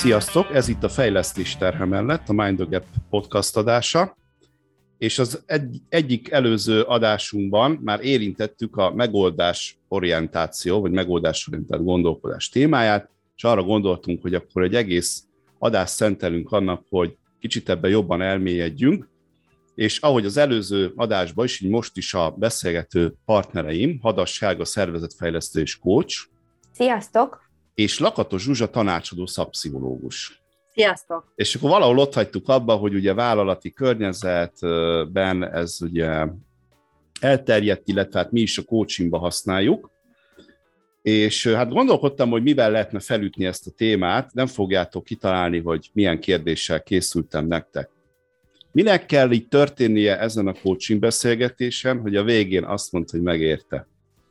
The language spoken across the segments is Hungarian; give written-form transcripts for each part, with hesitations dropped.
Sziasztok! Ez itt a Fejlesztés terhe mellett, a Mind the Gap podcast adása, és az egyik előző adásunkban már érintettük a megoldásorientáció, vagy megoldásorientált gondolkodás témáját, és arra gondoltunk, hogy akkor egy egész adást szentelünk annak, hogy kicsit ebben jobban elmélyedjünk, és ahogy az előző adásban is, így most is a beszélgető partnereim, Hadas Helga szervezetfejlesztő és coach. Sziasztok! És Lakatos Zsuzsa tanácsadó szakpszichológus. Sziasztok! És akkor valahol ott hagytuk abba, hogy ugye vállalati környezetben ez ugye elterjedt, illetve hát mi is a coachingba használjuk. És hát gondolkodtam, hogy mivel lehetne felütni ezt a témát, nem fogjátok kitalálni, hogy milyen kérdéssel készültem nektek. Minek kell így történnie ezen a coaching beszélgetésen, hogy a végén azt mondta, hogy megérte?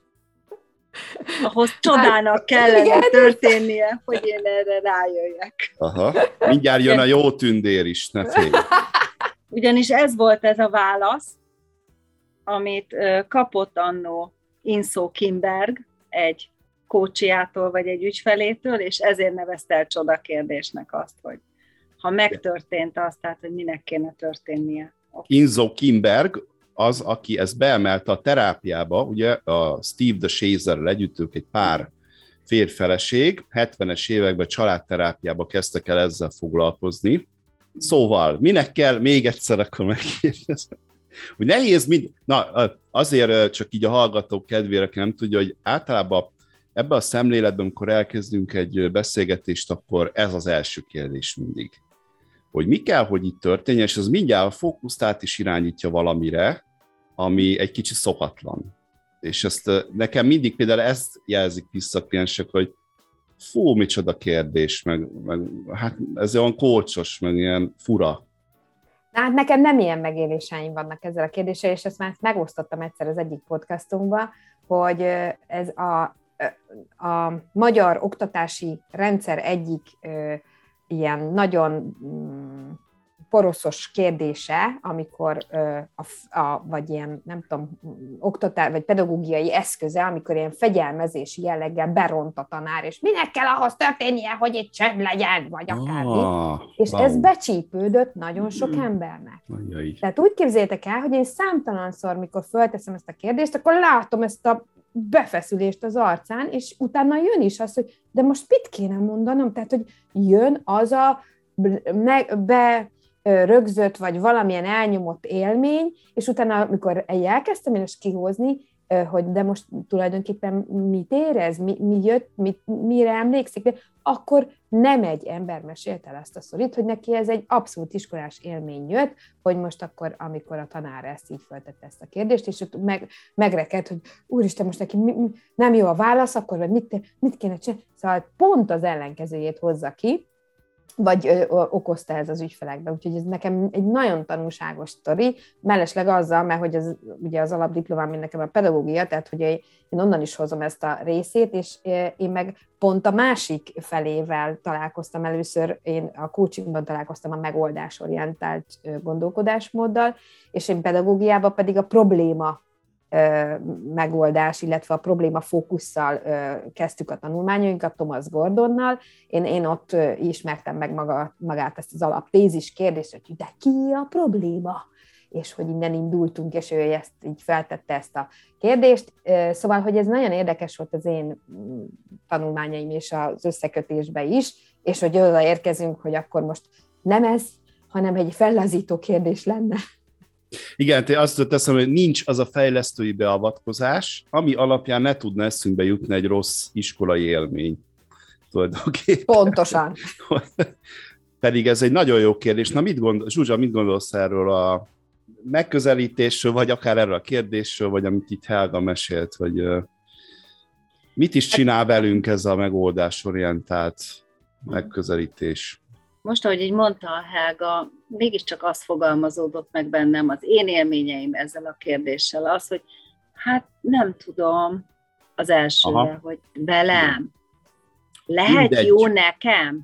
Ahhoz csodának kellene történnie, hogy én erre rájöjjek. Aha, mindjárt jön a jó tündér is, ne félj. Ugyanis ez volt ez a válasz, amit kapott annó Inszó Kimberg egy coachjától vagy egy ügyfelétől, és ezért nevezte el csodakérdésnek azt, hogy ha megtörtént az, tehát hogy minek kéne történnie. Inszó Kimberg az, aki ezt beemelte a terápiába, ugye a Steve DeShazerrel együtt ők egy pár férfeleség, 70-es években családterápiába kezdtek el ezzel foglalkozni. Szóval, minek kell, még egyszer akkor megkérdezem, hogy nehéz, azért csak így a hallgatók kedvére, aki nem tudja, hogy általában ebben a szemléletben, amikor elkezdünk egy beszélgetést, akkor ez az első kérdés mindig. Hogy mi kell, hogy itt történjen, és az mindjárt a fókuszt át is irányítja valamire, ami egy kicsit szokatlan. És ezt nekem mindig például ezt jelzik vissza a kliensek, hogy fú, micsoda kérdés, meg hát ez olyan kócsos, meg ilyen fura. Hát nekem nem ilyen megéléseim vannak ezzel a kérdéssel, és ezt már megosztottam egyszer az egyik podcastunkban, hogy ez a magyar oktatási rendszer egyik ilyen nagyon poroszos kérdése, amikor vagy ilyen, nem tudom, oktatás, vagy pedagógiai eszköze, amikor ilyen fegyelmezési jelleggel beront a tanár, és minek kell ahhoz történnie, hogy itt csend legyen, vagy akármi. És ez becsípődött nagyon sok embernek. Tehát úgy képzeljétek el, hogy én számtalanszor, mikor fölteszem ezt a kérdést, akkor látom ezt a befeszülést az arcán, és utána jön is az, hogy de most mit kéne mondanom? Tehát, hogy jön az a rögzött, vagy valamilyen elnyomott élmény, és utána, amikor elkezdtem én is kihozni, hogy de most tulajdonképpen mit érez, mi jött, mire emlékszik, akkor nem egy ember mesélte el ezt a sztorit, hogy neki ez egy abszolút iskolás élmény jött, hogy most akkor, amikor a tanár ezt így föltette ezt a kérdést, és ott megrekedt, hogy úristen, most neki nem jó a válasz, akkor vagy mit kéne csinálni? Szóval pont az ellenkezőjét hozza ki, vagy okozta ez az ügyfelekbe. Úgyhogy ez nekem egy nagyon tanulságos sztori, mellesleg azzal, mert hogy ez, ugye az alapdiplomám, mint nekem a pedagógia, tehát hogy én onnan is hozom ezt a részét, és én meg pont a másik felével találkoztam először, én a coachingban találkoztam a megoldásorientált gondolkodásmóddal, és én pedagógiában pedig a probléma megoldás, illetve a probléma fókusszal kezdtük a tanulmányainkat Thomas Gordonnal. Én ott ismertem meg magát ezt az alaptézis kérdést, hogy de ki a probléma? És hogy innen indultunk, és ő ezt így feltette ezt a kérdést. Szóval, hogy ez nagyon érdekes volt az én tanulmányaim és az összekötésbe is, és hogy oda érkezünk, hogy akkor most nem ez, hanem egy fellazító kérdés lenne. Igen, te azt teszem, hogy nincs az a fejlesztői beavatkozás, ami alapján ne tudna eszünkbe jutni egy rossz iskolai élmény. Tulajdonképpen. Pontosan. Pedig ez egy nagyon jó kérdés. Na, Zsuzsa, mit gondolsz erről a megközelítésről, vagy akár erről a kérdésről, vagy amit itt Helga mesélt, hogy mit is csinál velünk ez a megoldásorientált megközelítés? Most, ahogy így mondta a Helga, mégiscsak az fogalmazódott meg bennem, az én élményeim ezzel a kérdéssel, az, hogy hát nem tudom az elsőre, hogy velem. Lehet mindegy. Jó nekem?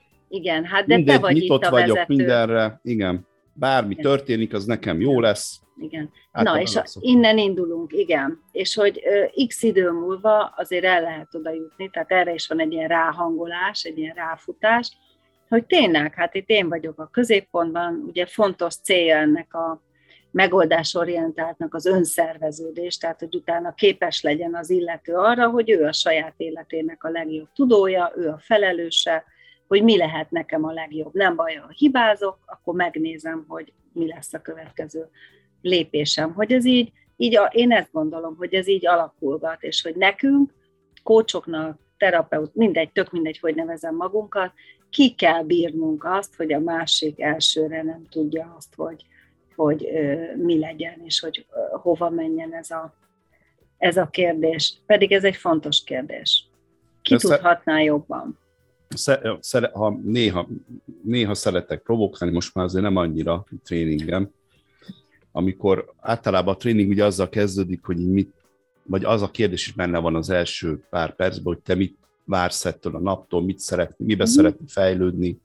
Igen, hát de mindegy, te vagy itt a vezető. Vagyok mindenre, igen. Bármi történik, az nekem jó lesz. igen. Na, és innen indulunk, igen. És hogy x idő múlva azért el lehet oda jutni, tehát erre is van egy ilyen ráhangolás, egy ilyen ráfutás, hogy tényleg, hát itt én vagyok a középpontban, ugye fontos célja ennek a megoldásorientáltnak az önszerveződés, tehát hogy utána képes legyen az illető arra, hogy ő a saját életének a legjobb tudója, ő a felelőse, hogy mi lehet nekem a legjobb. Nem baj, ha hibázok, akkor megnézem, hogy mi lesz a következő lépésem. Hogy ez így én ezt gondolom, hogy ez így alakulgat, és hogy nekünk, coachoknak, terapeut, mindegy, tök mindegy, hogy nevezem magunkat, ki kell bírnunk azt, hogy a másik elsőre nem tudja azt, hogy mi legyen, és hogy hova menjen ez a kérdés. Pedig ez egy fontos kérdés. Ki tudhatná jobban? Ha néha szeretek provokálni, most már azért nem annyira tréningem, amikor általában a tréning ugye azzal kezdődik, hogy vagy az a kérdés is benne van az első pár percben, hogy te mit vársz ettől a naptól, mit szeretnél, miben szeretnél fejlődni,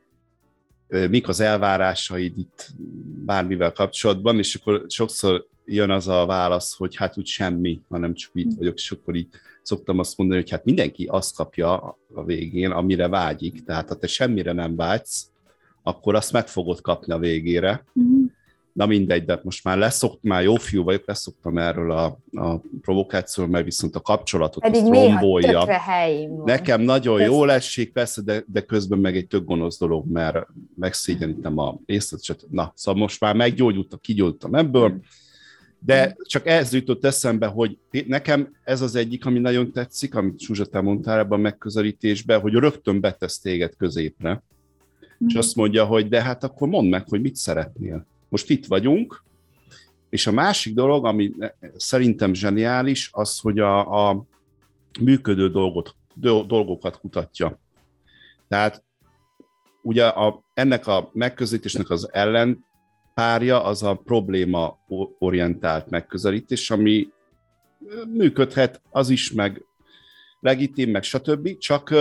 mik az elvárásaid itt bármivel kapcsolatban, és akkor sokszor jön az a válasz, hogy hát úgy semmi, hanem csak itt vagyok, és akkor így szoktam azt mondani, hogy hát mindenki azt kapja a végén, amire vágyik, tehát ha te semmire nem vágysz, akkor azt meg fogod kapni a végére. Na mindegy, de most már jó fiú vagyok, leszoktam erről a provokációról, mert viszont a kapcsolatot pedig azt rombolja. Nekem nagyon jól esik, persze, de közben meg egy tök gonosz dolog, mert megszégyenítem a részletet. Na, szóval most már kigyógyultam ebből, de csak ez jutott eszembe, hogy nekem ez az egyik, ami nagyon tetszik, amit Zsuzsa, te mondtál ebben a megközelítésben, hogy rögtön betesz téged középre, és azt mondja, hogy de hát akkor mondd meg, hogy mit szeretnél. Most itt vagyunk, és a másik dolog, ami szerintem zseniális, az, hogy a működő dolgokat kutatja. Tehát ugye ennek a megközelítésnek az ellenpárja az a probléma-orientált megközelítés, ami működhet, az is, meg legitim, meg stb. Csak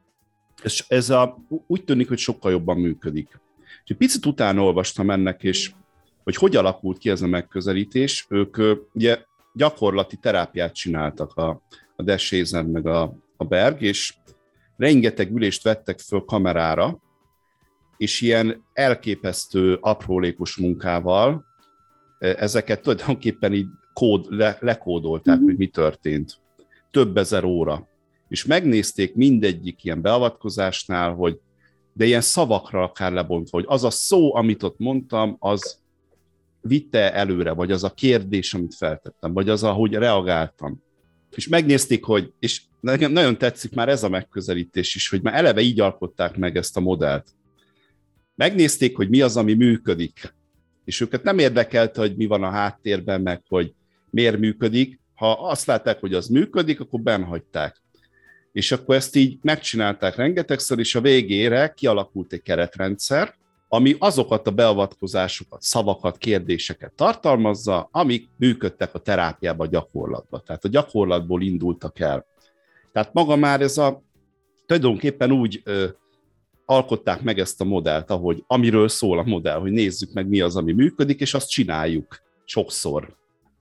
úgy tűnik, hogy sokkal jobban működik. És egy picit utána olvastam ennek, és hogy alakult ki ez a megközelítés. Ők ugye gyakorlati terápiát csináltak a De Shazer meg a Berg, és rengeteg ülést vettek föl kamerára, és ilyen elképesztő aprólékos munkával ezeket tulajdonképpen így lekódolták, hogy mi történt. Több ezer óra. És megnézték mindegyik ilyen beavatkozásnál, hogy de ilyen szavakra akár lebontva, hogy az a szó, amit ott mondtam, az vitte előre, vagy az a kérdés, amit feltettem, vagy az, ahogy reagáltam. És megnézték, és nekem nagyon tetszik már ez a megközelítés is, hogy már eleve így alkották meg ezt a modellt. Megnézték, hogy mi az, ami működik. És őket nem érdekelte, hogy mi van a háttérben, meg hogy miért működik. Ha azt látták, hogy az működik, akkor bennhagyták. És akkor ezt így megcsinálták rengetegszer, és a végére kialakult egy keretrendszer, ami azokat a beavatkozásokat, szavakat, kérdéseket tartalmazza, amik működtek a terápiában, a gyakorlatban. Tehát a gyakorlatból indultak el. Tehát maga már tulajdonképpen úgy alkották meg ezt a modellt, amiről szól a modell, hogy nézzük meg, mi az, ami működik, és azt csináljuk sokszor.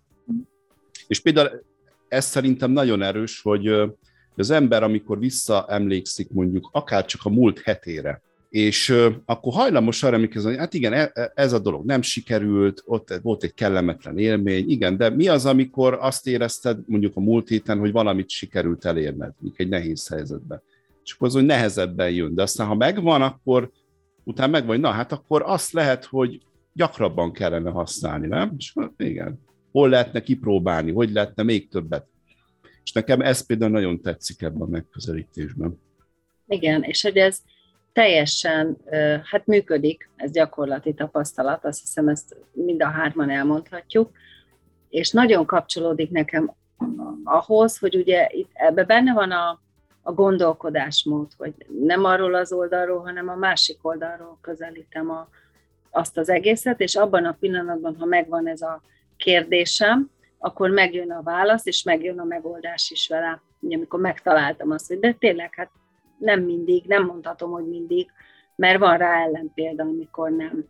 És például ez szerintem nagyon erős, hogy az ember, amikor visszaemlékszik mondjuk akár csak a múlt hetére, és akkor hajlamos arra emlékezni, hogy hát igen, ez a dolog nem sikerült, ott volt egy kellemetlen élmény, igen, de mi az, amikor azt érezted mondjuk a múlt héten, hogy valamit sikerült elérned, mondjuk egy nehéz helyzetben. És akkor az, hogy nehezebben jön, de aztán ha megvan, akkor utána megvan, na hát akkor azt lehet, hogy gyakrabban kellene használni, nem? És igen, hol lehetne kipróbálni, hogy lehetne még többet. És nekem ez például nagyon tetszik ebben a megközelítésben. Igen, és hogy ez teljesen, hát működik, ez gyakorlati tapasztalat, azt hiszem ezt mind a hárman elmondhatjuk, és nagyon kapcsolódik nekem ahhoz, hogy ugye itt ebben benne van a gondolkodásmód, hogy nem arról az oldalról, hanem a másik oldalról közelítem azt az egészet, és abban a pillanatban, ha megvan ez a kérdésem, akkor megjön a válasz, és megjön a megoldás is vele. Ugye, amikor megtaláltam azt, hogy de tényleg, hát nem mindig, nem mondhatom, hogy mindig, mert van rá ellenpélda, amikor nem.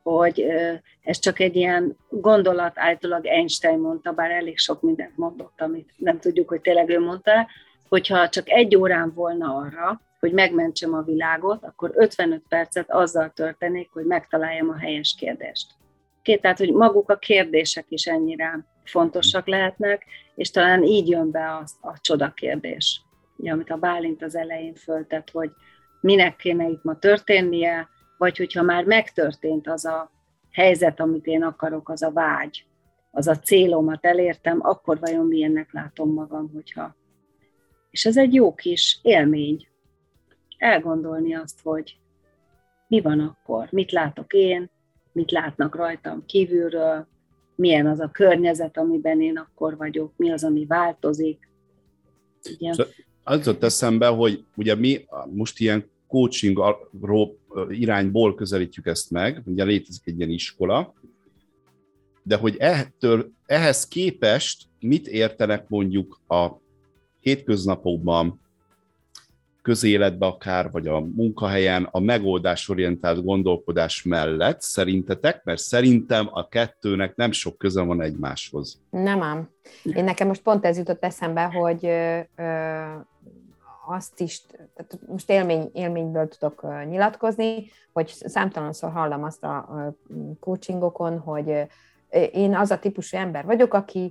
hogy ez csak egy ilyen gondolat, általában Einstein mondta, bár elég sok mindent mondott, amit nem tudjuk, hogy tényleg ő mondta, hogyha csak 1 órám volna arra, hogy megmentsem a világot, akkor 55 percet azzal töltenék, hogy megtaláljam a helyes kérdést. Tehát, hogy maguk a kérdések is ennyire fontosak lehetnek, és talán így jön be a csodakérdés, ugye, amit a Bálint az elején föltett, hogy minek kéne itt ma történnie, vagy hogyha már megtörtént az a helyzet, amit én akarok, az a vágy, az a célomat elértem, akkor vajon milyennek látom magam, hogyha... És ez egy jó kis élmény, elgondolni azt, hogy mi van akkor, mit látok én, mit látnak rajtam kívülről, milyen az a környezet, amiben én akkor vagyok, mi az, ami változik. Ugye? Az jutott eszembe, hogy ugye mi most ilyen coaching irányból közelítjük ezt meg, ugye létezik egy ilyen iskola, de hogy ehhez képest mit értenek mondjuk a hétköznapokban, közéletben akár, vagy a munkahelyen a megoldásorientált gondolkodás mellett szerintetek, mert szerintem a kettőnek nem sok köze van egymáshoz. Nem ám. Én nekem most pont ez jutott eszembe, hogy azt is, tehát most élményből tudok nyilatkozni, hogy számtalanszor hallom azt a coachingokon, hogy én az a típusú ember vagyok, aki,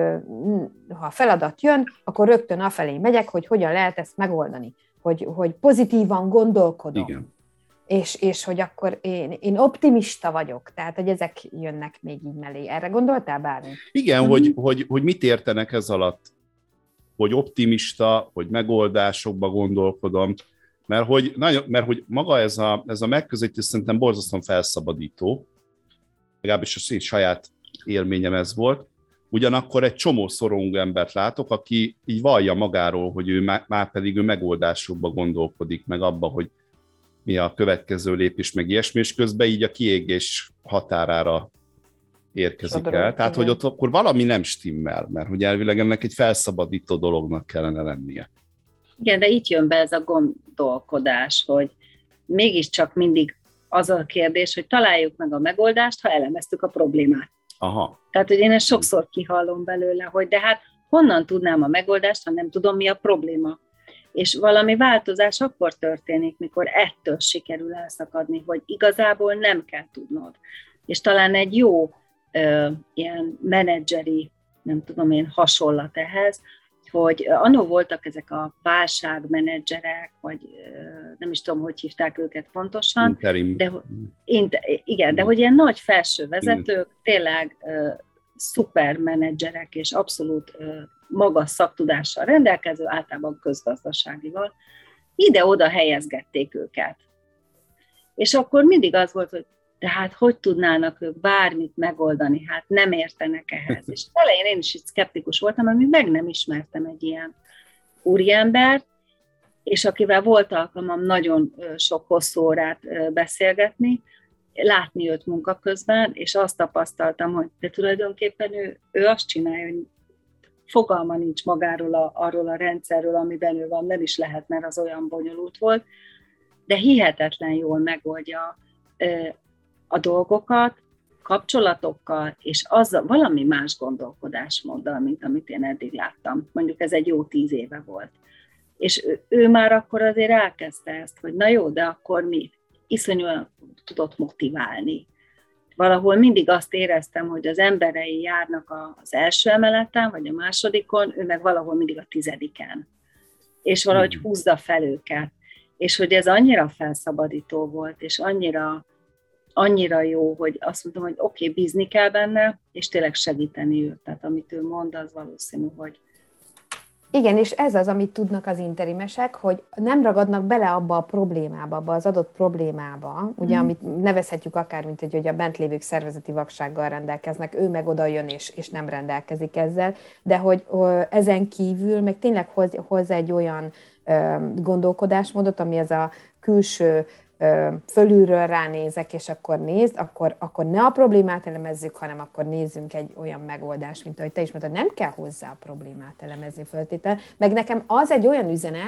ha feladat jön, akkor rögtön afelé megyek, hogy hogyan lehet ezt megoldani, hogy pozitívan gondolkodom. Igen. És hogy akkor én optimista vagyok, tehát hogy ezek jönnek még így mellé. Erre gondoltál bármi? Igen, hogy mit értenek ez alatt, hogy optimista, hogy megoldásokba gondolkodom, mert hogy maga ez a megközelítés szerintem borzasztóan felszabadító, legalábbis a saját élményem ez volt. Ugyanakkor egy csomó szorongó embert látok, aki így vallja magáról, hogy ő már pedig ő megoldásokba gondolkodik, meg abba, hogy mi a következő lépés, meg ilyesmi, és közben így a kiégés határára érkezik el. Tehát, hogy ott akkor valami nem stimmel, mert hogy elvileg ennek egy felszabadító dolognak kellene lennie. Igen, de itt jön be ez a gondolkodás, hogy mégiscsak mindig az a kérdés, hogy találjuk meg a megoldást, ha elemeztük a problémát. Aha. Tehát, hogy én ezt sokszor kihallom belőle, hogy de hát honnan tudnám a megoldást, ha nem tudom, mi a probléma. És valami változás akkor történik, mikor ettől sikerül elszakadni, hogy igazából nem kell tudnod. És talán egy jó ilyen menedzseri, nem tudom én, hasonlat ehhez, hogy annó voltak ezek a válságmenedzserek, vagy nem is tudom, hogy hívták őket pontosan, Interim. De hogy ilyen nagy felső vezetők, tényleg szuper menedzserek, és abszolút magas szaktudással rendelkező, általában közgazdaságival, ide-oda helyezgették őket. És akkor mindig az volt, hogy tehát hogy tudnának ők bármit megoldani, hát nem értenek ehhez. És elején én is itt szkeptikus voltam, mert meg nem ismertem egy ilyen úriembert, és akivel volt alkalmam nagyon sok hosszú órát beszélgetni, látni őt munka közben, és azt tapasztaltam, hogy de tulajdonképpen ő azt csinálja, hogy fogalma nincs magáról arról a rendszerről, amiben ő van, nem is lehet, mert az olyan bonyolult volt, de hihetetlen jól megoldja a dolgokat, kapcsolatokkal, és azzal valami más gondolkodásmóddal, mint amit én eddig láttam. Mondjuk ez egy jó 10 éve volt. És ő már akkor azért elkezdte ezt, hogy na jó, de akkor mi? Iszonyúan tudott motiválni. Valahol mindig azt éreztem, hogy az emberei járnak az első emeleten, vagy a másodikon, ő meg valahol mindig a 10-en. És valahogy húzza fel őket. És hogy ez annyira felszabadító volt, és annyira jó, hogy azt mondtam, hogy oké, bízni kell benne, és tényleg segíteni őt. Tehát amit ő mond, az valószínű, hogy... Igen, és ez az, amit tudnak az interimesek, hogy nem ragadnak bele abba a problémába, abba az adott problémába, ugye, amit nevezhetjük akár, mint hogy a bent lévők szervezeti vaksággal rendelkeznek, ő meg oda jön, és nem rendelkezik ezzel, de hogy ezen kívül meg tényleg hoz egy olyan gondolkodásmódot, ami ez a külső fölülről ránézek, és akkor nézd, akkor ne a problémát elemezzük, hanem akkor nézzünk egy olyan megoldást, mint ahogy te is mondtad, nem kell hozzá a problémát elemezni föltétlenül. Meg nekem az egy olyan üzenet,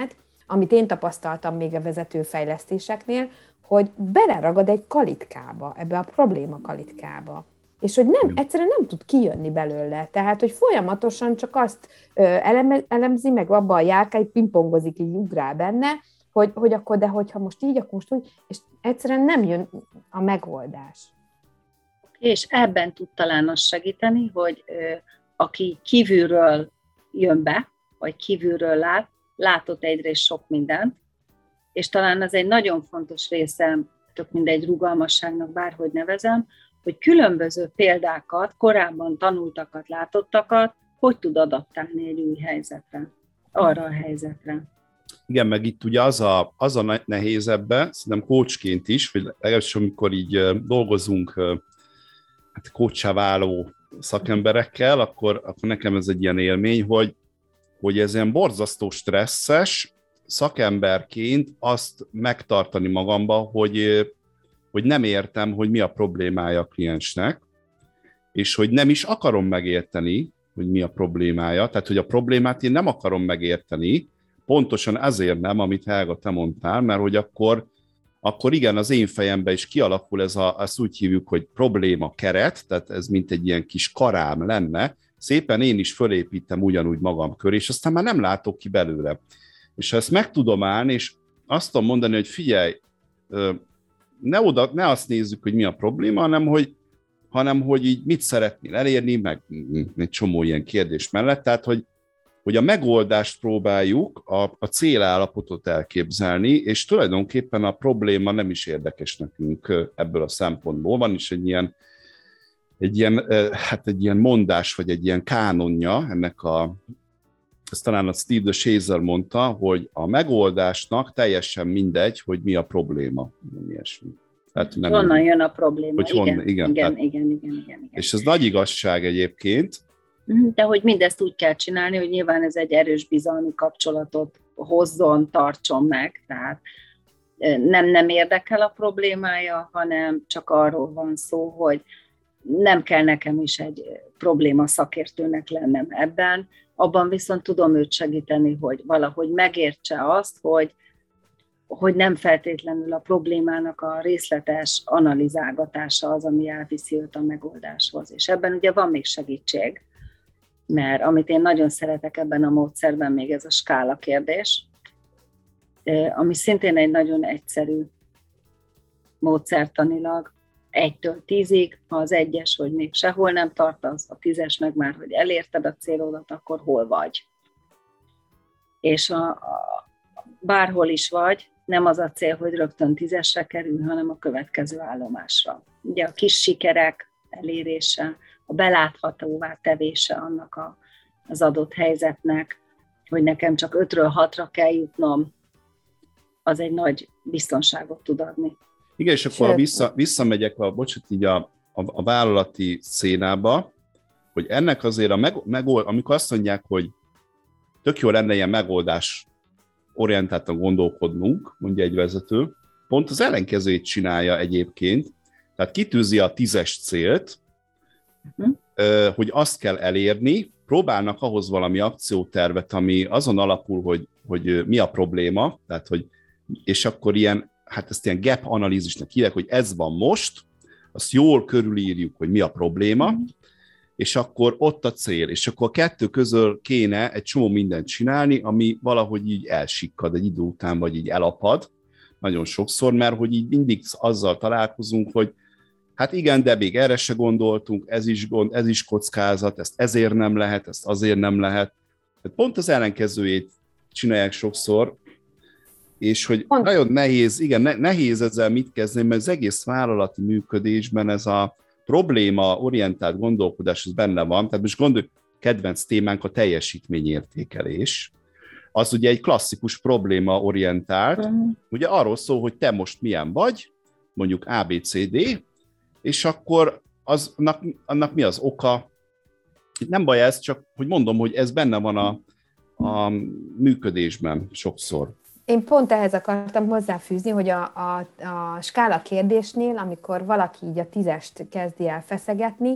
amit én tapasztaltam még a vezetőfejlesztéseknél, hogy beleragad egy kalitkába, ebbe a probléma kalitkába. És hogy egyszerűen nem tud kijönni belőle. Tehát, hogy folyamatosan csak azt elemzi, meg abba a járkány pingpongozik, így ugrál benne, hogy akkor, de hogyha most így, akkor most úgy, és egyszerűen nem jön a megoldás. És ebben tud talán az segíteni, hogy aki kívülről jön be, vagy kívülről látott egyrészt sok mindent, és talán az egy nagyon fontos része, tök mindegy rugalmasságnak, bárhogy nevezem, hogy különböző példákat, korábban tanultakat, látottakat, hogy tud adaptálni egy új helyzetre, arra a helyzetre. Igen, meg itt ugye az a nehéz ebbe, szerintem coachként is, vagy legalábbis amikor így dolgozunk coachá váló szakemberekkel, akkor nekem ez egy ilyen élmény, hogy ez ilyen borzasztó stresszes szakemberként azt megtartani magamba, hogy nem értem, hogy mi a problémája a kliensnek, és hogy nem is akarom megérteni, hogy mi a problémája, tehát hogy a problémát én nem akarom megérteni, pontosan ezért nem, amit Helga, te mondtál, mert hogy akkor igen, az én fejemben is kialakul ezt úgy hívjuk, hogy probléma keret, tehát ez mint egy ilyen kis karám lenne, szépen én is fölépítem ugyanúgy magam köré, és aztán már nem látok ki belőle. És ha ezt meg tudom állni, és azt tudom mondani, hogy figyelj, ne azt nézzük, hogy mi a probléma, hanem hogy így mit szeretnél elérni, meg egy csomó ilyen kérdés mellett, tehát hogy a megoldást próbáljuk, a célállapotot elképzelni, és tulajdonképpen a probléma nem is érdekes nekünk ebből a szempontból. Van is egy ilyen mondás, vagy egy ilyen kánonja ennek ezt talán a Steve the Chaser mondta, hogy a megoldásnak teljesen mindegy, hogy mi a probléma. Tehát nem honnan jön a probléma. Igen. És ez nagy igazság egyébként. De hogy mindezt úgy kell csinálni, hogy nyilván ez egy erős bizalmi kapcsolatot hozzon, tartson meg. Tehát nem érdekel a problémája, hanem csak arról van szó, hogy nem kell nekem is egy probléma szakértőnek lennem ebben, abban viszont tudom őt segíteni, hogy valahogy megértse azt, hogy nem feltétlenül a problémának a részletes analizálgatása az, ami elviszi őt a megoldáshoz. És ebben ugye van még segítség, mert amit én nagyon szeretek ebben a módszerben, még ez a skála kérdés, ami szintén egy nagyon egyszerű módszertanilag, 1-től 10-ig, ha az 1-es, hogy még sehol nem tartasz, a 10-es meg már, hogy elérted a célodat, akkor hol vagy. És bárhol is vagy, nem az a cél, hogy rögtön 10-esre kerül, hanem a következő állomásra. Ugye a kis sikerek elérése, a beláthatóvá tevése annak az adott helyzetnek, hogy nekem csak 5-ről 6-ra kell jutnom, az egy nagy biztonságot tud adni. Igen, és akkor visszamegyek így a vállalati szénába, hogy ennek azért amikor azt mondják, hogy tök jó lenne ilyen megoldás orientáltan gondolkodnunk, mondja egy vezető, pont az ellenkezőjét csinálja egyébként, tehát kitűzi a 10-es célt, hogy azt kell elérni, próbálnak ahhoz valami akciótervet, ami azon alapul, hogy mi a probléma, tehát és akkor ezt ilyen gap analízisnek hívják, hogy ez van most, azt jól körülírjuk, hogy mi a probléma, és akkor ott a cél, és akkor a kettő közül kéne egy csomó mindent csinálni, ami valahogy így elsikkad egy idő után, vagy így elapad, nagyon sokszor, mert hogy így mindig azzal találkozunk, hogy hát igen, de még erre se gondoltunk, ez is kockázat, ezt ezért nem lehet, ezt azért nem lehet. Tehát pont az ellenkezőjét csinálják sokszor, és hogy nagyon nehéz, nehéz ezzel mit kezdeni, mert az egész vállalati működésben ez a probléma-orientált gondolkodás az benne van. Tehát most gondoljuk, kedvenc témánk a teljesítményértékelés. Az ugye egy klasszikus probléma-orientált, ugye arról szól, hogy te most milyen vagy, mondjuk ABCD, és akkor annak mi az oka. Nem baj ez, csak hogy mondom, hogy ez benne van a működésben sokszor. Én pont ehhez akartam hozzáfűzni, hogy a skála kérdésnél, amikor valaki így a 10-est kezdi el feszegetni,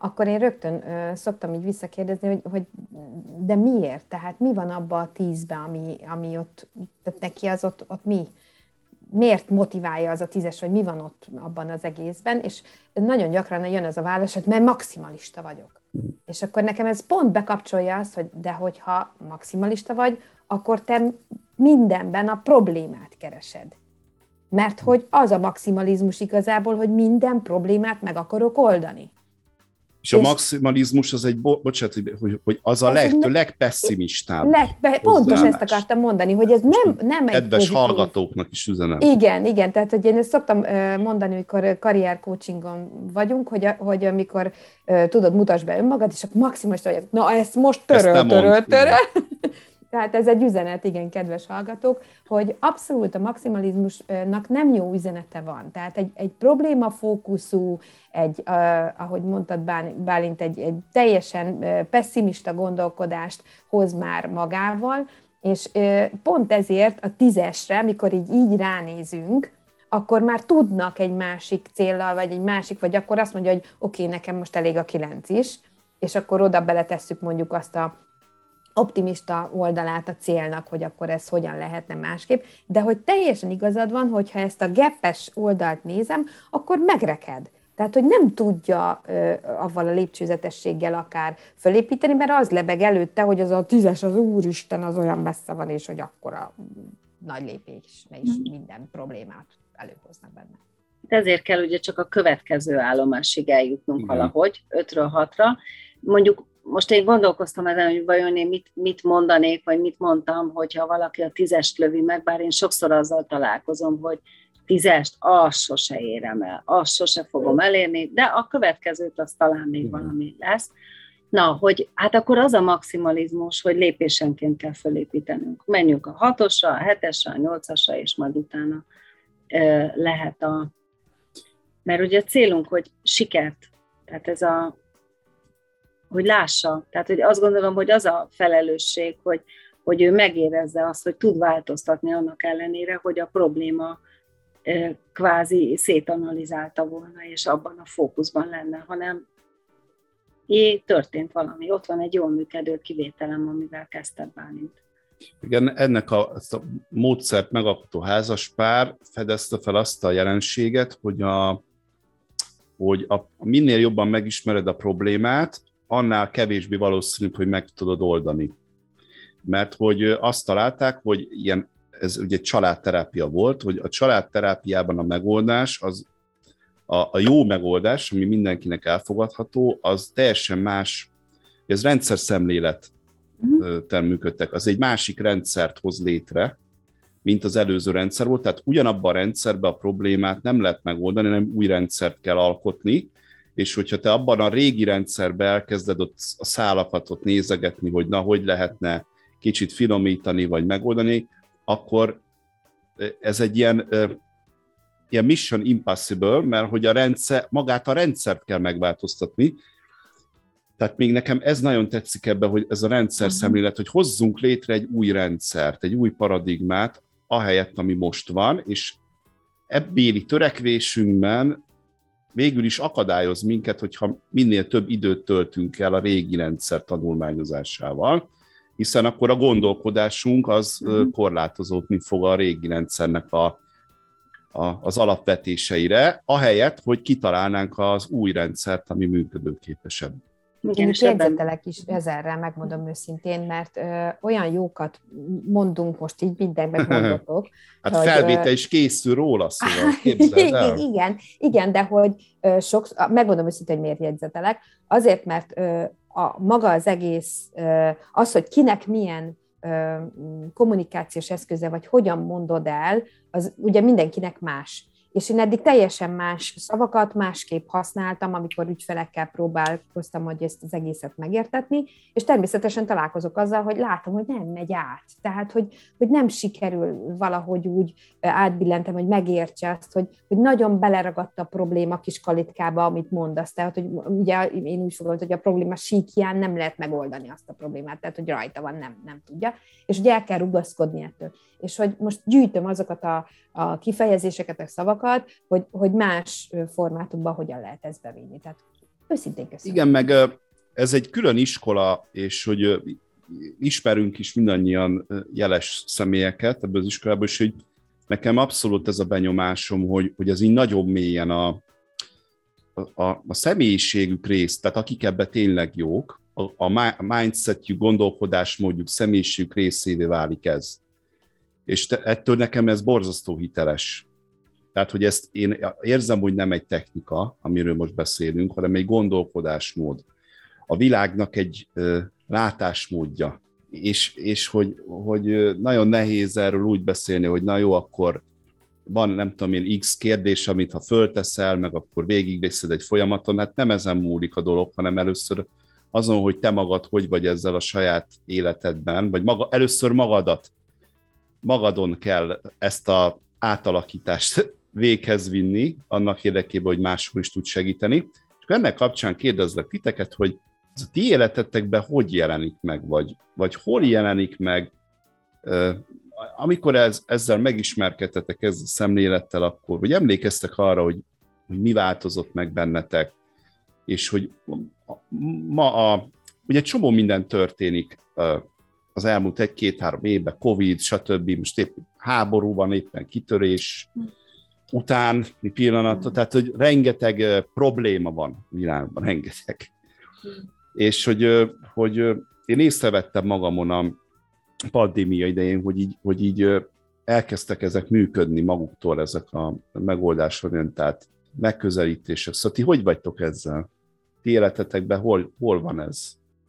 akkor én rögtön szoktam így visszakérdezni, hogy de miért? Tehát mi van abban a 10-ben, ami ott, tehát neki az ott mi? Miért motiválja az a 10-es, hogy mi van ott abban az egészben, és nagyon gyakran jön az a válasz, hogy mert maximalista vagyok. És akkor nekem ez pont bekapcsolja azt, hogy de hogyha maximalista vagy, akkor te mindenben a problémát keresed. Mert hogy az a maximalizmus igazából, hogy minden problémát meg akarok oldani. És a maximalizmus az egy, bocsánat, hogy az a legpesszimistább. Pontos ezt akartam mondani, hogy ez nem egy kedves hallgatóknak is üzenem. Igen, tehát hogy én ezt szoktam mondani, amikor karriercoachingon vagyunk, hogy amikor tudod, mutasd be önmagad, és akkor maximalista vagy, na ezt most töröl. Tehát ez egy üzenet, igen, kedves hallgatók, hogy abszolút a maximalizmusnak nem jó üzenete van. Tehát egy problémafókuszú, ahogy mondtad Bálint, egy teljesen pesszimista gondolkodást hoz már magával, és pont ezért a 10-esre, amikor így ránézünk, akkor már tudnak egy másik céllal, vagy akkor azt mondja, hogy oké, nekem most elég a 9 is, és akkor oda beletesszük mondjuk azt a optimista oldalát a célnak, hogy akkor ez hogyan lehetne másképp, de hogy teljesen igazad van, hogyha ezt a gap-es oldalt nézem, akkor megreked. Tehát, hogy nem tudja avval a lépcsőzetességgel akár fölépíteni, mert az lebeg előtte, hogy az a 10-es, az úristen, az olyan messze van, és hogy akkora nagy lépés, és minden problémát előhoznak benne. Ezért kell ugye csak a következő állomásig eljutnunk valahogy, 5-ről 6-ra. Mondjuk most én gondolkoztam ezen, hogy vajon én mit mondanék, vagy mit mondtam, hogyha valaki a 10-est lövi meg, bár én sokszor azzal találkozom, hogy 10-est, azt sose érem el, azt sose fogom elérni, de a következőt az talán még valami lesz. Na, hogy hát akkor az a maximalizmus, hogy lépésenként kell fölépítenünk. Menjünk a 6-osra, a 7-esre, a 8-asra, és majd utána lehet Mert ugye a célunk, hogy sikert, tehát hogy lássa. Tehát hogy azt gondolom, hogy az a felelősség, hogy ő megérezze azt, hogy tud változtatni annak ellenére, hogy a probléma kvázi szétanalizálta volna, és abban a fókuszban lenne, hanem történt valami. Ott van egy jól működő kivételem, amivel kezdted Bálint. Igen, ennek ezt a módszert megalkotó házaspár fedezte fel azt a jelenséget, hogy minél jobban megismered a problémát, annál kevésbé valószínűbb, hogy meg tudod oldani. Mert hogy azt találták, hogy ez ugye családterápia volt, hogy a családterápiában a megoldás, a jó megoldás, ami mindenkinek elfogadható, az teljesen más, ez rendszerszemlélettel működtek, az egy másik rendszert hoz létre, mint az előző rendszer volt, tehát ugyanabban a rendszerben a problémát nem lehet megoldani, hanem új rendszert kell alkotni, és hogyha te abban a régi rendszerben elkezded ott a szálakat ott nézegetni, hogy hogy lehetne kicsit finomítani, vagy megoldani, akkor ez egy ilyen mission impossible, mert hogy magát a rendszert kell megváltoztatni. Tehát még nekem ez nagyon tetszik ebben, hogy ez a rendszer szemlélet, hogy hozzunk létre egy új rendszert, egy új paradigmát, ahelyett, ami most van, és ebbéli törekvésünkben végül is akadályoz minket, hogyha minél több időt töltünk el a régi rendszer tanulmányozásával, hiszen akkor a gondolkodásunk az korlátozódni fog a régi rendszernek az alapvetéseire, ahelyett, hogy kitalálnánk az új rendszert, ami működőképesebb. Én itt jegyzetelek is ezerrel, megmondom őszintén, mert olyan jókat mondunk most így, mindenben mondatok. Hát felvétel is készül róla, szóval képzeld el. Igen, de hogy megmondom őszintén, hogy miért jegyzetelek. Azért, mert maga az egész, az, hogy kinek milyen kommunikációs eszköze, vagy hogyan mondod el, az ugye mindenkinek más. És én eddig teljesen más szavakat másképp használtam, amikor ügyfelekkel próbálkoztam, hogy ezt az egészet megértetni, és természetesen találkozok azzal, hogy látom, hogy nem megy át. Tehát, hogy nem sikerül valahogy úgy átbillentem, hogy megértse azt, hogy nagyon beleragadt a probléma kis kalitkába, amit mondasz. Tehát, hogy ugye én úgy fogalmazom, hogy a probléma síkján nem lehet megoldani azt a problémát, tehát, hogy rajta van, nem tudja, és hogy el kell rugaszkodni ettől. És hogy most gyűjtöm azokat a kifejezéseket, a szavakat, hogy más formátumban hogyan lehet ezt bevinni. Tehát Őszintén köszönöm. Igen, meg ez egy külön iskola, és hogy ismerünk is mindannyian jeles személyeket ebből az iskolában, és hogy nekem abszolút ez a benyomásom, hogy ez így nagyon mélyen a személyiségük rész, tehát akik ebben tényleg jók, a mindsetjük, gondolkodásmódjuk, személyiségük részévé válik ez. És ettől nekem ez borzasztó hiteles. Tehát, hogy ezt én érzem, hogy nem egy technika, amiről most beszélünk, hanem egy gondolkodásmód. A világnak egy látásmódja. És hogy nagyon nehéz erről úgy beszélni, hogy na jó, akkor van, nem tudom én, X kérdés, amit ha fölteszel, meg akkor végigviszed egy folyamaton, hát nem ezen múlik a dolog, hanem először azon, hogy te magad hogy vagy ezzel a saját életedben, vagy először magadon kell ezt az átalakítást véghez vinni, annak érdekében, hogy máshol is tud segíteni. És ennek kapcsán kérdezlek titeket, hogy ez a ti életetekben hogy jelenik meg, vagy hol jelenik meg, amikor ezzel megismerkedtetek, ezzel a szemlélettel, akkor, vagy emlékeztek arra, hogy mi változott meg bennetek, és hogy ugye egy csomó minden történik az elmúlt 1-2-3 évben, Covid, stb. Most épp háború van, éppen kitörés után pillanat, tehát hogy rengeteg probléma van világban, rengeteg. És hogy én észrevettem magamon a pandémia idején, hogy így elkezdtek ezek működni maguktól, ezek a megoldásorientált megközelítések. Szóval ti hogy vagytok ezzel? Ti életetekben hol van ez?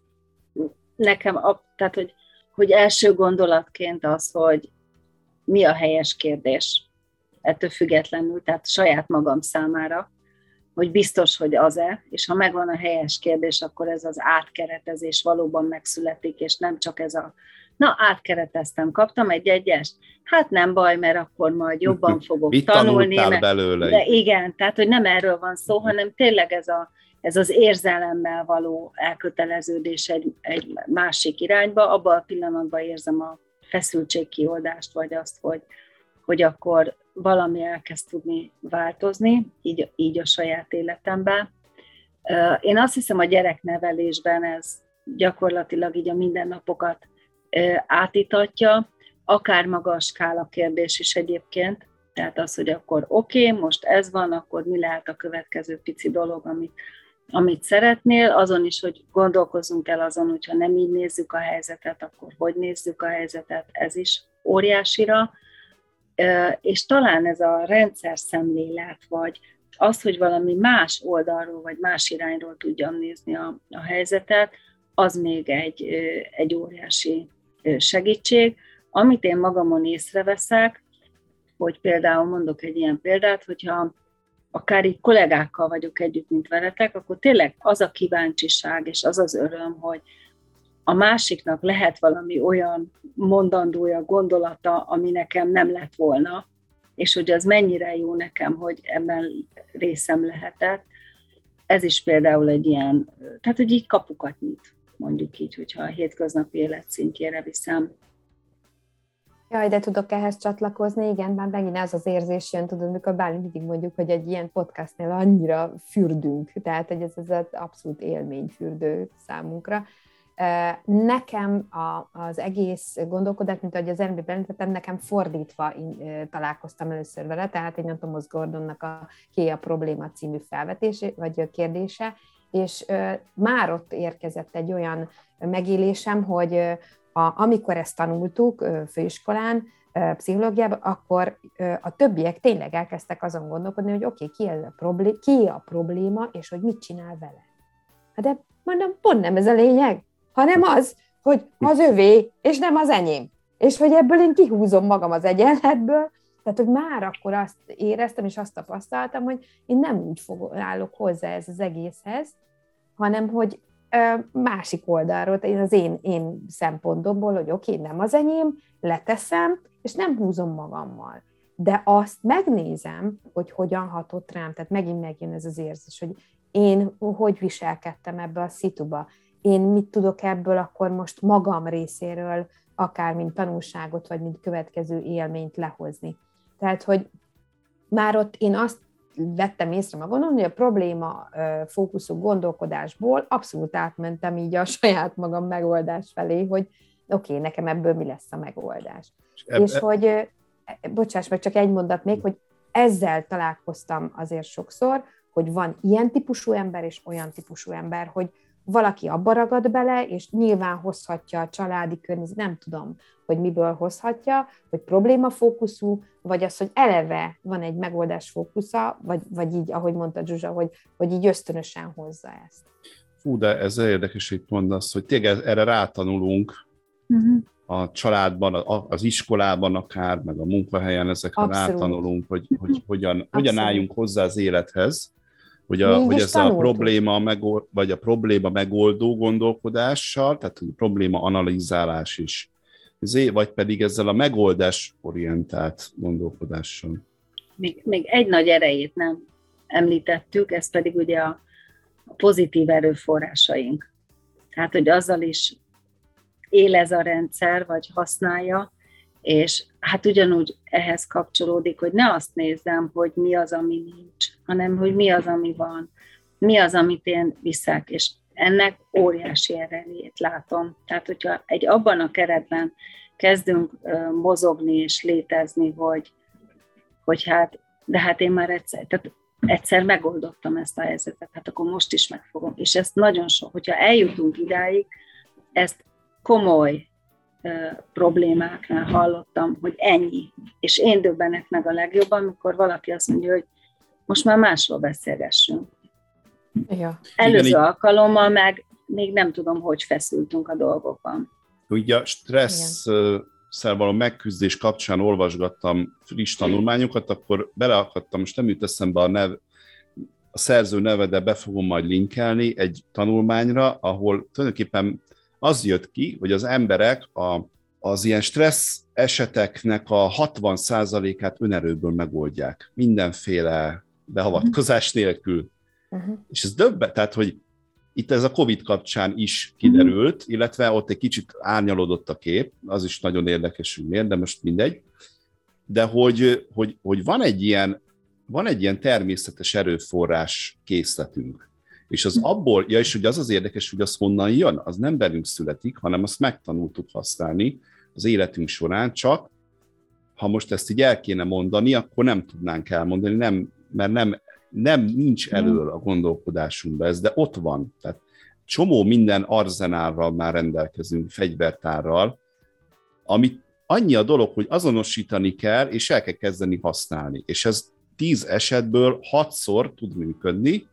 Nekem, tehát hogy első gondolatként az, hogy mi a helyes kérdés. Ettől függetlenül, tehát saját magam számára, hogy biztos, hogy az-e, és ha megvan a helyes kérdés, akkor ez az átkeretezés valóban megszületik, és nem csak ez átkereteztem, kaptam egy 1-est, hát nem baj, mert akkor majd jobban fogok mit tanulni. Tanultál belőle? De igen, tehát hogy nem erről van szó, hanem tényleg ez az érzelemmel való elköteleződés egy másik irányba, abban a pillanatban érzem a feszültségkioldást, vagy azt, hogy akkor valami elkezd tudni változni, így a saját életemben. Én azt hiszem, a gyereknevelésben ez gyakorlatilag így a mindennapokat átítatja, akár maga a skála kérdés is egyébként, tehát az, hogy akkor oké, most ez van, akkor mi lehet a következő pici dolog, amit szeretnél, azon is, hogy gondolkozzunk el azon, hogyha nem így nézzük a helyzetet, akkor hogy nézzük a helyzetet, ez is óriásira. És talán ez a rendszer szemlélet, vagy az, hogy valami más oldalról, vagy más irányról tudjam nézni a helyzetet, az még egy óriási segítség. Amit én magamon észreveszek, hogy például mondok egy ilyen példát, hogyha akár így kollégákkal vagyok együtt, mint veletek, akkor tényleg az a kíváncsiság, és az az öröm, hogy a másiknak lehet valami olyan mondandója, gondolata, ami nekem nem lett volna, és hogy az mennyire jó nekem, hogy ebben részem lehetett. Ez is például egy ilyen, tehát hogy így kapukat nyit, mondjuk így, hogyha a hétköznapi élet szintjére viszem. Jaj, de tudok ehhez csatlakozni, igen, már megint ez az érzés jön, tudod, mikor bármi mindig mondjuk, hogy egy ilyen podcastnél annyira fürdünk, tehát hogy ez az abszolút élményfürdő számunkra. Nekem az egész gondolkodás, mint ahogy az előbb említettem, nekem fordítva találkoztam először vele, tehát egy Thomas Gordonnak a Ki a probléma című felvetése, vagy kérdése, és már ott érkezett egy olyan megélésem, hogy amikor ezt tanultuk főiskolán, pszichológiában, akkor a többiek tényleg elkezdtek azon gondolkodni, hogy oké, ki a probléma, és hogy mit csinál vele. De mondom, pont nem ez a lényeg, hanem az, hogy az övé, és nem az enyém. És hogy ebből én kihúzom magam az egyenletből, tehát, hogy már akkor azt éreztem, és azt tapasztaltam, hogy én nem úgy állok hozzá ez az egészhez, hanem, hogy másik oldalról, az én szempontomból, hogy oké, nem az enyém, leteszem, és nem húzom magammal. De azt megnézem, hogy hogyan hatott rám, tehát megint megjön ez az érzés, hogy én hogy viselkedtem ebbe a szituba, én mit tudok ebből akkor most magam részéről, akár mint tanulságot, vagy mint következő élményt lehozni. Tehát, hogy már ott én azt vettem észre magamon, hogy a probléma fókuszú gondolkodásból abszolút átmentem így a saját magam megoldás felé, hogy oké, nekem ebből mi lesz a megoldás. És hogy, bocsáss meg, csak egy mondat még, hogy ezzel találkoztam azért sokszor, hogy van ilyen típusú ember és olyan típusú ember, hogy valaki abba ragad bele, és nyilván hozhatja a családi környezet, nem tudom, hogy miből hozhatja, hogy problémafókuszú, vagy az, hogy eleve van egy megoldás fókusza, vagy így, ahogy mondta Zsuzsa, hogy így ösztönösen hozza ezt. Fú, de ez érdekes, hogy mondasz, hogy tényleg erre rátanulunk a családban, az iskolában akár, meg a munkahelyen, ezekre Abszolút. Rátanulunk, hogy hogyan álljunk hozzá az élethez, hogy ez tanultuk. A probléma megoldó gondolkodással, tehát a probléma analizálás is, vagy pedig ezzel a megoldás orientált gondolkodással. Még egy nagy erejét nem említettük, ez pedig ugye a pozitív erőforrásaink. Tehát, hogy azzal is él ez a rendszer, vagy használja, és hát ugyanúgy ehhez kapcsolódik, hogy ne azt nézzem, hogy mi az, ami nincs, hanem hogy mi az, ami van, mi az, amit én viszek, és ennek óriási erejét látom. Tehát, hogyha abban a keretben kezdünk mozogni és létezni, hogy hát én már egyszer megoldottam ezt a helyzetet, hát akkor most is megfogom. És ezt nagyon sok, hogyha eljutunk idáig, ezt komoly problémáknál hallottam, hogy ennyi. És én döbbenek meg a legjobban, amikor valaki azt mondja, hogy most már másról beszélgessünk. Ja. Előző alkalommal meg még nem tudom, hogy feszültünk a dolgokban. Ugye a stresszel való megküzdés kapcsán olvasgattam friss tanulmányokat, akkor beleakadtam, most nem jut eszembe a szerző neve, de be fogom majd linkelni egy tanulmányra, ahol tulajdonképpen az jött ki, hogy az emberek az ilyen stressz eseteknek a 60%-át önerőből megoldják. Mindenféle beavatkozás nélkül. És ez tehát, hogy itt ez a Covid kapcsán is kiderült, illetve ott egy kicsit árnyalódott a kép, az is nagyon érdekes, hogy miért, de most mindegy. De hogy van egy ilyen természetes erőforrás készletünk. És az abból, és hogy az érdekes, hogy az honnan jön, az nem belünk születik, hanem azt megtanultuk használni az életünk során, csak ha most ezt így el kéne mondani, akkor nem tudnánk elmondani, mert nincs elől a gondolkodásunkban ez, de ott van. Tehát csomó minden arzenálral már rendelkezünk, fegyvertárral, amit annyi a dolog, hogy azonosítani kell, és el kell kezdeni használni. És ez 10 esetből 6-szor tud működni,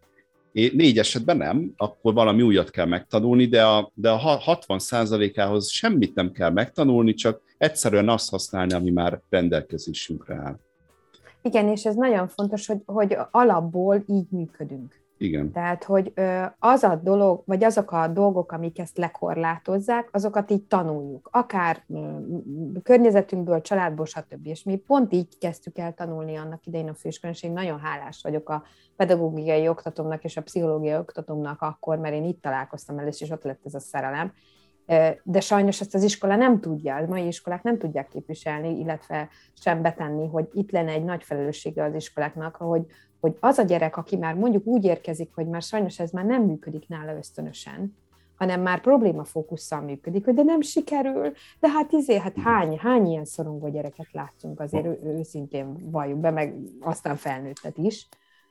4 esetben nem, akkor valami újat kell megtanulni, de a 60%-ához semmit nem kell megtanulni, csak egyszerűen azt használni, ami már rendelkezésünkre áll. Igen, és ez nagyon fontos, hogy alapból így működünk. Igen. Tehát, hogy az a dolog, vagy azok a dolgok, amik ezt lekorlátozzák, azokat így tanuljuk. Akár környezetünkből, családból, stb. És mi pont így kezdtük el tanulni annak idején a főiskolán, és én nagyon hálás vagyok a pedagógiai oktatómnak és a pszichológiai oktatómnak akkor, mert én itt találkoztam először, és ott lett ez a szerelem. De sajnos ezt az iskola nem tudja, a mai iskolák nem tudják képviselni, illetve sem betenni, hogy itt lenne egy nagy felelőssége az iskoláknak, hogy az a gyerek, aki már mondjuk úgy érkezik, hogy már sajnos ez már nem működik nála ösztönösen, hanem már problémafókusszal működik, hogy de nem sikerül, de hát hány ilyen szorongó gyereket láttunk, azért őszintén valljuk be, meg aztán felnőttet is.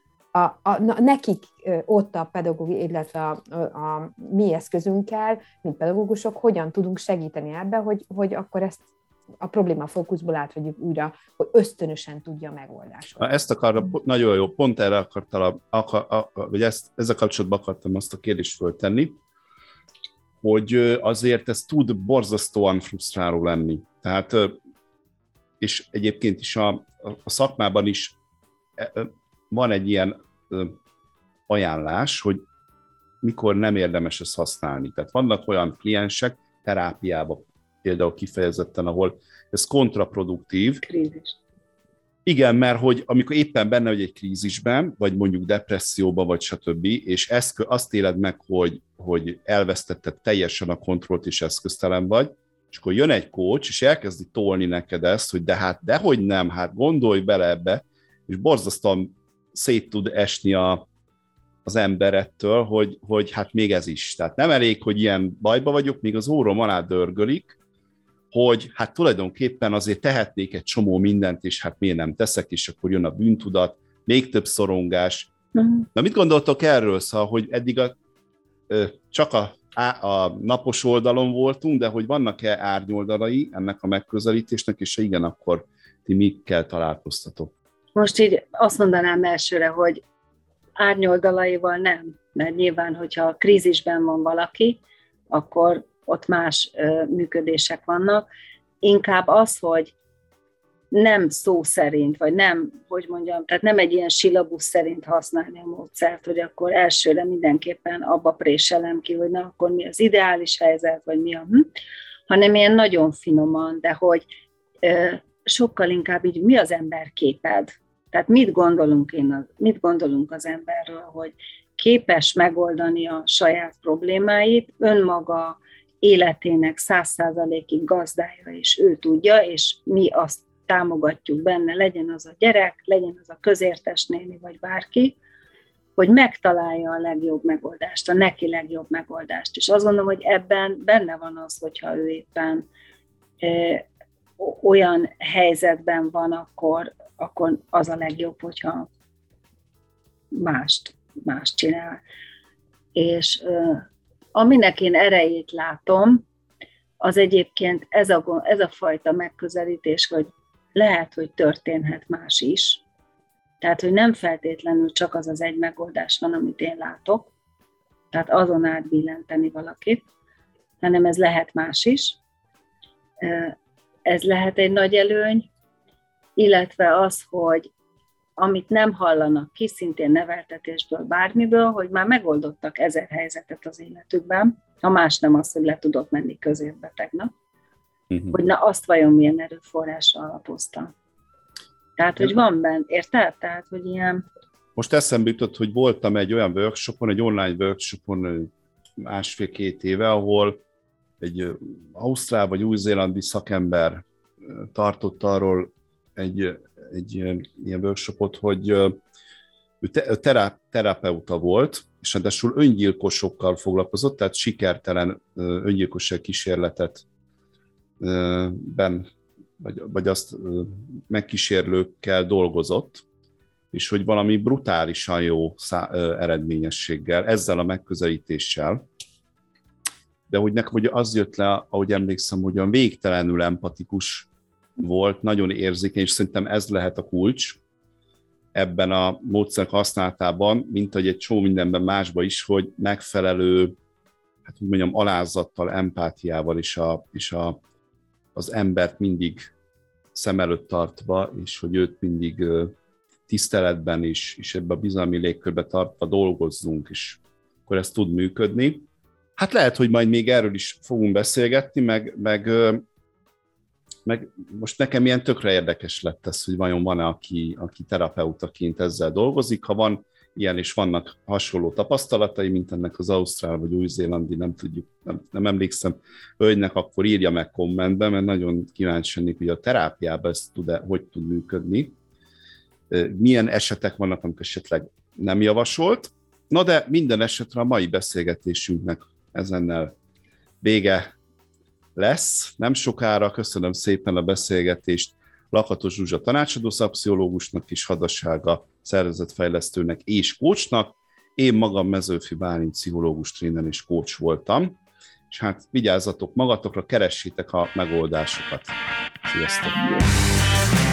Nekik ott a pedagógia, illetve a mi eszközünkkel, mint pedagógusok, hogyan tudunk segíteni ebbe, hogy akkor ezt a probléma fókuszból átvegyük újra, hogy ösztönösen tudja megoldásolni. Ezt akartam, nagyon jó, pont erre akartam, vagy ezzel kapcsolatban akartam azt a kérdést föltenni, hogy azért ez tud borzasztóan frusztráló lenni. Tehát, és egyébként is a szakmában is van egy ilyen ajánlás, hogy mikor nem érdemes ezt használni. Tehát vannak olyan kliensek terápiában, például kifejezetten, ahol ez kontraproduktív. Krízis. Igen, mert hogy amikor éppen benne vagy egy krízisben, vagy mondjuk depresszióban, vagy stb., és azt éled meg, hogy elvesztetted teljesen a kontrollt, és eszköztelen vagy, és akkor jön egy coach, és elkezdi tolni neked ezt, hogy dehogy nem, hát gondolj bele ebbe, és borzasztóan szét tud esni az ember ettől, hogy hát még ez is. Tehát nem elég, hogy ilyen bajba vagyok, még az órom alá dörgölik, hogy hát tulajdonképpen azért tehetnék egy csomó mindent, és hát miért nem teszek, és akkor jön a bűntudat, még több szorongás. Na mit gondoltok erről? Szóval, hogy eddig csak a napos oldalon voltunk, de hogy vannak-e árnyoldalai ennek a megközelítésnek, és ha igen, akkor ti mikkel találkoztatok? Most így azt mondanám elsőre, hogy árnyoldalaival nem, mert nyilván, hogyha krízisben van valaki, akkor ott más működések vannak. Inkább az, hogy nem szó szerint, vagy nem, hogy mondjam, tehát nem egy ilyen silabusz szerint használni a módszert, hogy akkor elsőre mindenképpen abba préselem ki, hogy na, akkor mi az ideális helyzet, vagy mi hanem ilyen nagyon finoman, de hogy sokkal inkább így, mi az emberképed? Tehát mit gondolunk az emberről, hogy képes megoldani a saját problémáit, önmaga életének 100%-ig gazdája, és ő tudja, és mi azt támogatjuk benne, legyen az a gyerek, legyen az a közértes néni, vagy bárki, hogy megtalálja a legjobb megoldást, a neki legjobb megoldást. És azt gondolom, hogy ebben benne van az, hogyha ő éppen olyan helyzetben van, akkor az a legjobb, hogyha mást csinál. És aminek én erejét látom, az egyébként ez a fajta megközelítés, hogy lehet, hogy történhet más is. Tehát, hogy nem feltétlenül csak az egy megoldás van, amit én látok, tehát azon átbillenteni valakit, hanem ez lehet más is. Ez lehet egy nagy előny, illetve az, hogy amit nem hallanak ki, szintén neveltetésből, bármiből, hogy már megoldottak 1000 helyzetet az életükben, ha más nem az, hogy le tudott menni közérbetegnek, hogy na azt vajon milyen erőforrásra alapozta. Tehát, hogy van benne, érted? Tehát, hogy ilyen... Most eszembe jutott, hogy voltam egy olyan workshopon, egy online workshopon 1,5-2 éve, ahol egy ausztrál vagy új-zélandi szakember tartott arról egy ilyen workshopot, hogy ő terapeuta volt, és ráadásul öngyilkosokkal foglalkozott, tehát sikertelen öngyilkosság kísérletet vagy azt megkísérlőkkel dolgozott, és hogy valami brutálisan jó eredményességgel, ezzel a megközelítéssel, de hogy nekem hogy az jött le, ahogy emlékszem, hogy olyan végtelenül empatikus volt, nagyon érzékeny, és szerintem ez lehet a kulcs ebben a módszerek használatában, mint hogy egy csomó mindenben másban is, hogy megfelelő, hát úgy mondjam, alázattal, empátiával az embert mindig szem előtt tartva, és hogy őt mindig tiszteletben is, és ebbe a bizalmi légkörbe tartva dolgozzunk, és akkor ez tud működni. Hát lehet, hogy majd még erről is fogunk beszélgetni, meg most nekem ilyen tökre érdekes lett ez, hogy vajon van-e, aki terapeutaként ezzel dolgozik. Ha van ilyen, és vannak hasonló tapasztalatai, mint ennek az ausztrál vagy új-zélandi, nem tudjuk, nem emlékszem, hölgynek, akkor írja meg kommentben, mert nagyon kíváncsi lennék, hogy a terápiában ez hogy tud működni. Milyen esetek vannak, amik esetleg nem javasolt. Na de minden esetre a mai beszélgetésünknek ezennel vége lesz. Nem sokára, köszönöm szépen a beszélgetést Lakatos Zsuzsa tanácsadó szakpszichológusnak és Hadassárga szervezetfejlesztőnek és coachnak. Én magam Mezőfi Bálint pszichológus, tréner és coach voltam. És hát vigyázzatok magatokra, keressétek a megoldásokat. Sziasztok!